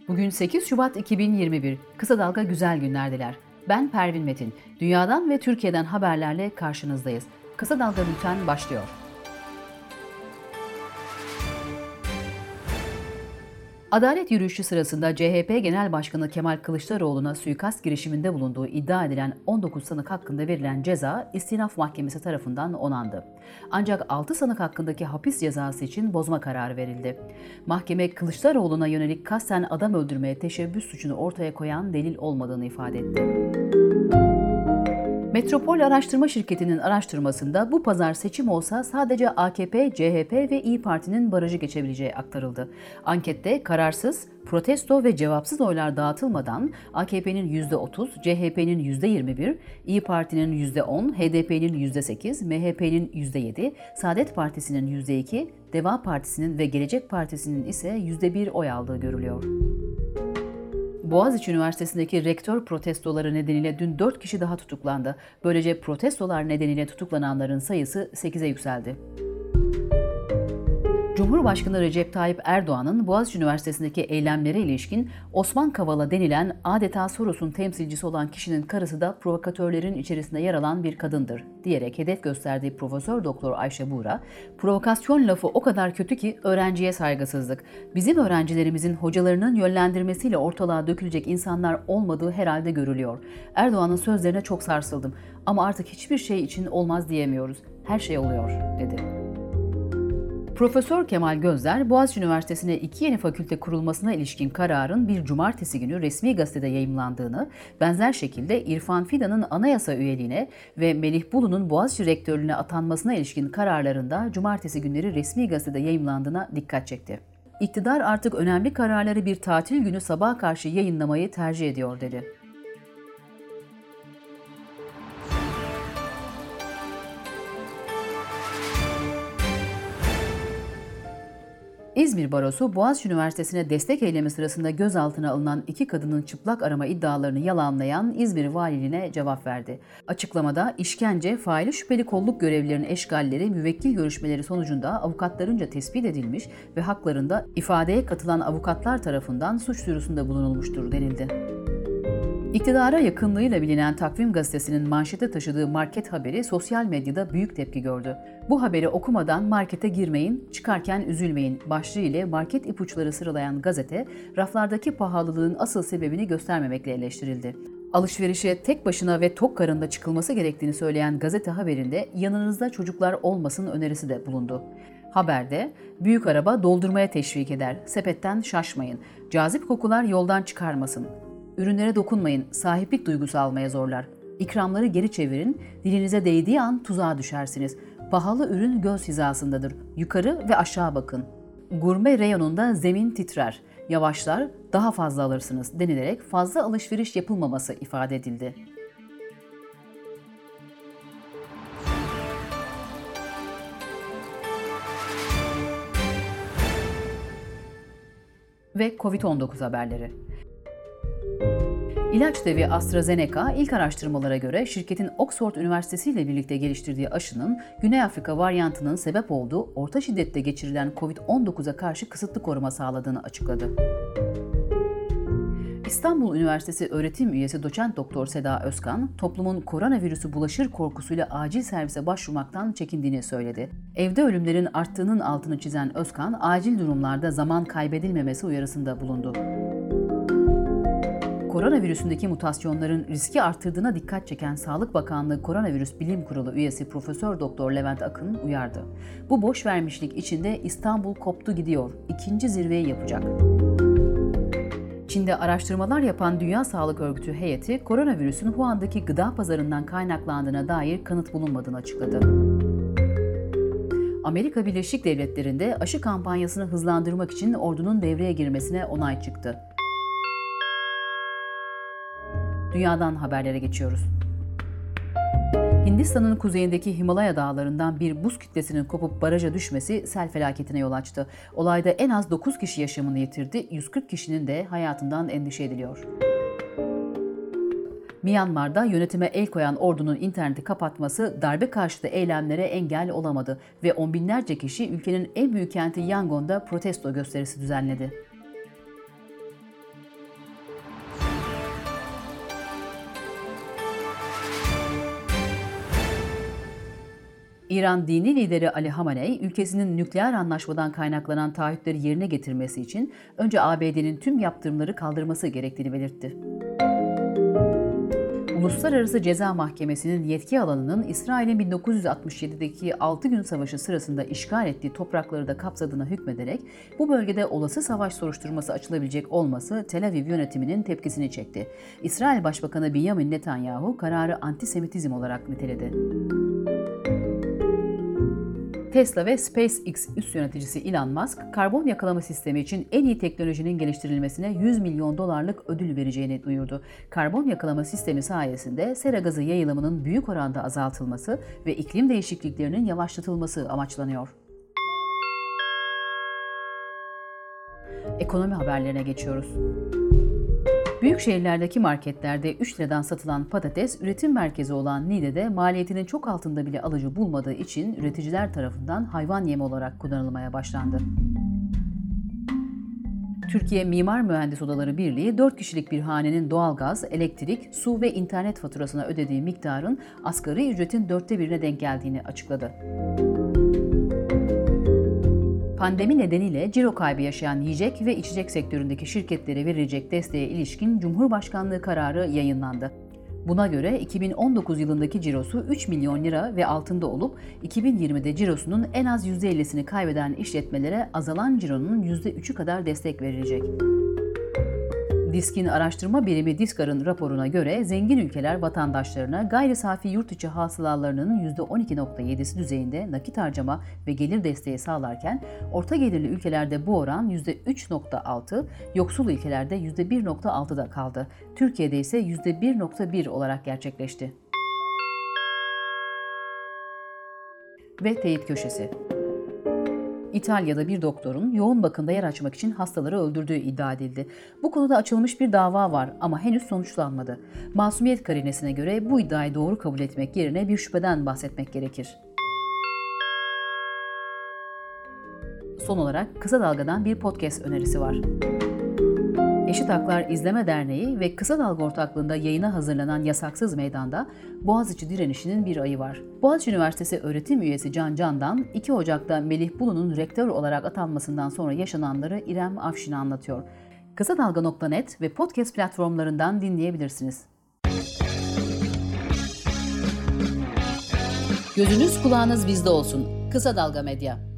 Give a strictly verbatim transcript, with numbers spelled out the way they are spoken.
Bugün sekiz Şubat iki bin yirmi bir. Kısa Dalga güzel günlerdiler. Ben Pervin Metin. Dünyadan ve Türkiye'den haberlerle karşınızdayız. Kısa Dalga Bülten başlıyor. Adalet yürüyüşü sırasında C H P Genel Başkanı Kemal Kılıçdaroğlu'na suikast girişiminde bulunduğu iddia edilen on dokuz sanık hakkında verilen ceza İstinaf Mahkemesi tarafından onandı. Ancak altı sanık hakkındaki hapis cezası için bozma kararı verildi. Mahkeme Kılıçdaroğlu'na yönelik kasten adam öldürmeye teşebbüs suçunu ortaya koyan delil olmadığını ifade etti. Metropol Araştırma Şirketi'nin araştırmasında bu pazar seçim olsa sadece A K P, C H P ve İYİ Parti'nin barajı geçebileceği aktarıldı. Ankette kararsız, protesto ve cevapsız oylar dağıtılmadan A K P'nin yüzde otuz, C H P'nin yüzde yirmi bir, İYİ Parti'nin yüzde on, H D P'nin yüzde sekiz, M H P'nin yüzde yedi, Saadet Partisi'nin yüzde iki, Deva Partisi'nin ve Gelecek Partisi'nin ise yüzde bir oy aldığı görülüyor. Boğaziçi Üniversitesi'ndeki rektör protestoları nedeniyle dün dört kişi daha tutuklandı. Böylece protestolar nedeniyle tutuklananların sayısı sekize yükseldi. Cumhurbaşkanı Recep Tayyip Erdoğan'ın Boğaziçi Üniversitesi'ndeki eylemlere ilişkin Osman Kavala denilen adeta Soros'un temsilcisi olan kişinin karısı da provokatörlerin içerisinde yer alan bir kadındır diyerek hedef gösterdiği Profesör Doktor Ayşe Buğra, provokasyon lafı o kadar kötü ki öğrenciye saygısızlık. Bizim öğrencilerimizin hocalarının yönlendirmesiyle ortalığa dökülecek insanlar olmadığı herhalde görülüyor. Erdoğan'ın sözlerine çok sarsıldım ama artık hiçbir şey için olmaz diyemiyoruz. Her şey oluyor, dedi. Profesör Kemal Gözler, Boğaziçi Üniversitesi'ne iki yeni fakülte kurulmasına ilişkin kararın bir cumartesi günü resmi gazetede yayımlandığını, benzer şekilde İrfan Fidan'ın anayasa üyeliğine ve Melih Bulu'nun Boğaziçi rektörlüğüne atanmasına ilişkin kararlarında cumartesi günleri resmi gazetede yayımlandığına dikkat çekti. İktidar artık önemli kararları bir tatil günü sabaha karşı yayınlamayı tercih ediyor, dedi. İzmir Barosu, Boğaziçi Üniversitesi'ne destek eylemi sırasında gözaltına alınan iki kadının çıplak arama iddialarını yalanlayan İzmir Valiliğine cevap verdi. Açıklamada, işkence, faili şüpheli kolluk görevlilerinin eşgalleri, müvekkil görüşmeleri sonucunda avukatlarınca tespit edilmiş ve haklarında ifadeye katılan avukatlar tarafından suç duyurusunda bulunulmuştur denildi. İktidara yakınlığıyla bilinen Takvim Gazetesi'nin manşete taşıdığı market haberi sosyal medyada büyük tepki gördü. Bu haberi okumadan markete girmeyin, çıkarken üzülmeyin başlığı ile market ipuçları sıralayan gazete, raflardaki pahalılığın asıl sebebini göstermemekle eleştirildi. Alışverişe tek başına ve tok karında çıkılması gerektiğini söyleyen gazete haberinde yanınızda çocuklar olmasın önerisi de bulundu. Haberde, büyük araba doldurmaya teşvik eder, sepetten şaşmayın, cazip kokular yoldan çıkarmasın. Ürünlere dokunmayın, sahiplik duygusu almaya zorlar. İkramları geri çevirin, dilinize değdiği an tuzağa düşersiniz. Pahalı ürün göz hizasındadır. Yukarı ve aşağı bakın. Gurme reyonunda zemin titrer. Yavaşlar, daha fazla alırsınız denilerek fazla alışveriş yapılmaması ifade edildi. Ve kovid on dokuz haberleri. İlaç devi AstraZeneca, ilk araştırmalara göre şirketin Oxford Üniversitesi ile birlikte geliştirdiği aşının Güney Afrika varyantının sebep olduğu orta şiddette geçirilen kovid on dokuza karşı kısıtlı koruma sağladığını açıkladı. İstanbul Üniversitesi öğretim üyesi doçent doktor Seda Özkan, toplumun koronavirüsü bulaşır korkusuyla acil servise başvurmaktan çekindiğini söyledi. Evde ölümlerin arttığının altını çizen Özkan, acil durumlarda zaman kaybedilmemesi uyarısında bulundu. Koronavirüsündeki mutasyonların riski arttırdığına dikkat çeken Sağlık Bakanlığı Koronavirüs Bilim Kurulu üyesi Profesör Doktor Levent Akın uyardı. Bu boşvermişlik içinde İstanbul koptu gidiyor, ikinci zirveyi yapacak. Çin'de araştırmalar yapan Dünya Sağlık Örgütü heyeti, koronavirüsün Wuhan'daki gıda pazarından kaynaklandığına dair kanıt bulunmadığını açıkladı. Amerika Birleşik Devletleri'nde aşı kampanyasını hızlandırmak için ordunun devreye girmesine onay çıktı. Dünyadan haberlere geçiyoruz. Hindistan'ın kuzeyindeki Himalaya dağlarından bir buz kütlesinin kopup baraja düşmesi sel felaketine yol açtı. Olayda en az dokuz kişi yaşamını yitirdi, yüz kırk kişinin de hayatından endişe ediliyor. Myanmar'da yönetime el koyan ordunun interneti kapatması darbe karşıtı eylemlere engel olamadı ve on binlerce kişi ülkenin en büyük kenti Yangon'da protesto gösterisi düzenledi. İran dini lideri Ali Hamenei, ülkesinin nükleer anlaşmadan kaynaklanan taahhütleri yerine getirmesi için önce A B D'nin tüm yaptırımları kaldırması gerektiğini belirtti. Uluslararası Ceza Mahkemesi'nin yetki alanının İsrail'in bin dokuz yüz altmış yedideki altı gün savaşı sırasında işgal ettiği toprakları da kapsadığına hükmederek bu bölgede olası savaş soruşturması açılabilecek olması Tel Aviv yönetiminin tepkisini çekti. İsrail Başbakanı Benjamin Netanyahu kararı antisemitizm olarak niteledi. Tesla ve SpaceX üst yöneticisi Elon Musk, karbon yakalama sistemi için en iyi teknolojinin geliştirilmesine yüz milyon dolarlık ödül vereceğini duyurdu. Karbon yakalama sistemi sayesinde sera gazı yayılımının büyük oranda azaltılması ve iklim değişikliklerinin yavaşlatılması amaçlanıyor. Ekonomi haberlerine geçiyoruz. Büyük şehirlerdeki marketlerde üç liradan satılan patates, üretim merkezi olan Niğde'de maliyetinin çok altında bile alıcı bulmadığı için üreticiler tarafından hayvan yemi olarak kullanılmaya başlandı. Türkiye Mimar Mühendis Odaları Birliği, dört kişilik bir hanenin doğalgaz, elektrik, su ve internet faturasına ödediği miktarın asgari ücretin dörtte birine denk geldiğini açıkladı. Pandemi nedeniyle ciro kaybı yaşayan yiyecek ve içecek sektöründeki şirketlere verilecek desteğe ilişkin Cumhurbaşkanlığı kararı yayınlandı. Buna göre iki bin on dokuz yılındaki cirosu üç milyon lira ve altında olup iki bin yirmide cirosunun en az yüzde ellisini kaybeden işletmelere azalan cironun yüzde üçü kadar destek verilecek. Disk'in araştırma birimi Diskar'ın raporuna göre zengin ülkeler vatandaşlarına gayri safi yurt içi hasılalarının yüzde on iki virgül yedisi düzeyinde nakit harcama ve gelir desteği sağlarken orta gelirli ülkelerde bu oran yüzde üç virgül altı, yoksul ülkelerde yüzde bir virgül altıda kaldı. Türkiye'de ise yüzde bir virgül bir olarak gerçekleşti. Ve teyit köşesi. İtalya'da bir doktorun yoğun bakımda yer açmak için hastaları öldürdüğü iddia edildi. Bu konuda açılmış bir dava var ama henüz sonuçlanmadı. Masumiyet karinesine göre bu iddiayı doğru kabul etmek yerine bir şüpheden bahsetmek gerekir. Son olarak Kısa Dalga'dan bir podcast önerisi var. Eşit Haklar İzleme Derneği ve Kısa Dalga ortaklığında yayına hazırlanan Yasaksız Meydan'da Boğaziçi direnişinin bir ayı var. Boğaziçi Üniversitesi öğretim üyesi Can Can'dan iki Ocak'ta Melih Bulu'nun rektör olarak atanmasından sonra yaşananları İrem Afşin'e anlatıyor. Kısadalga nokta net ve podcast platformlarından dinleyebilirsiniz. Gözünüz kulağınız bizde olsun. Kısa Dalga Medya.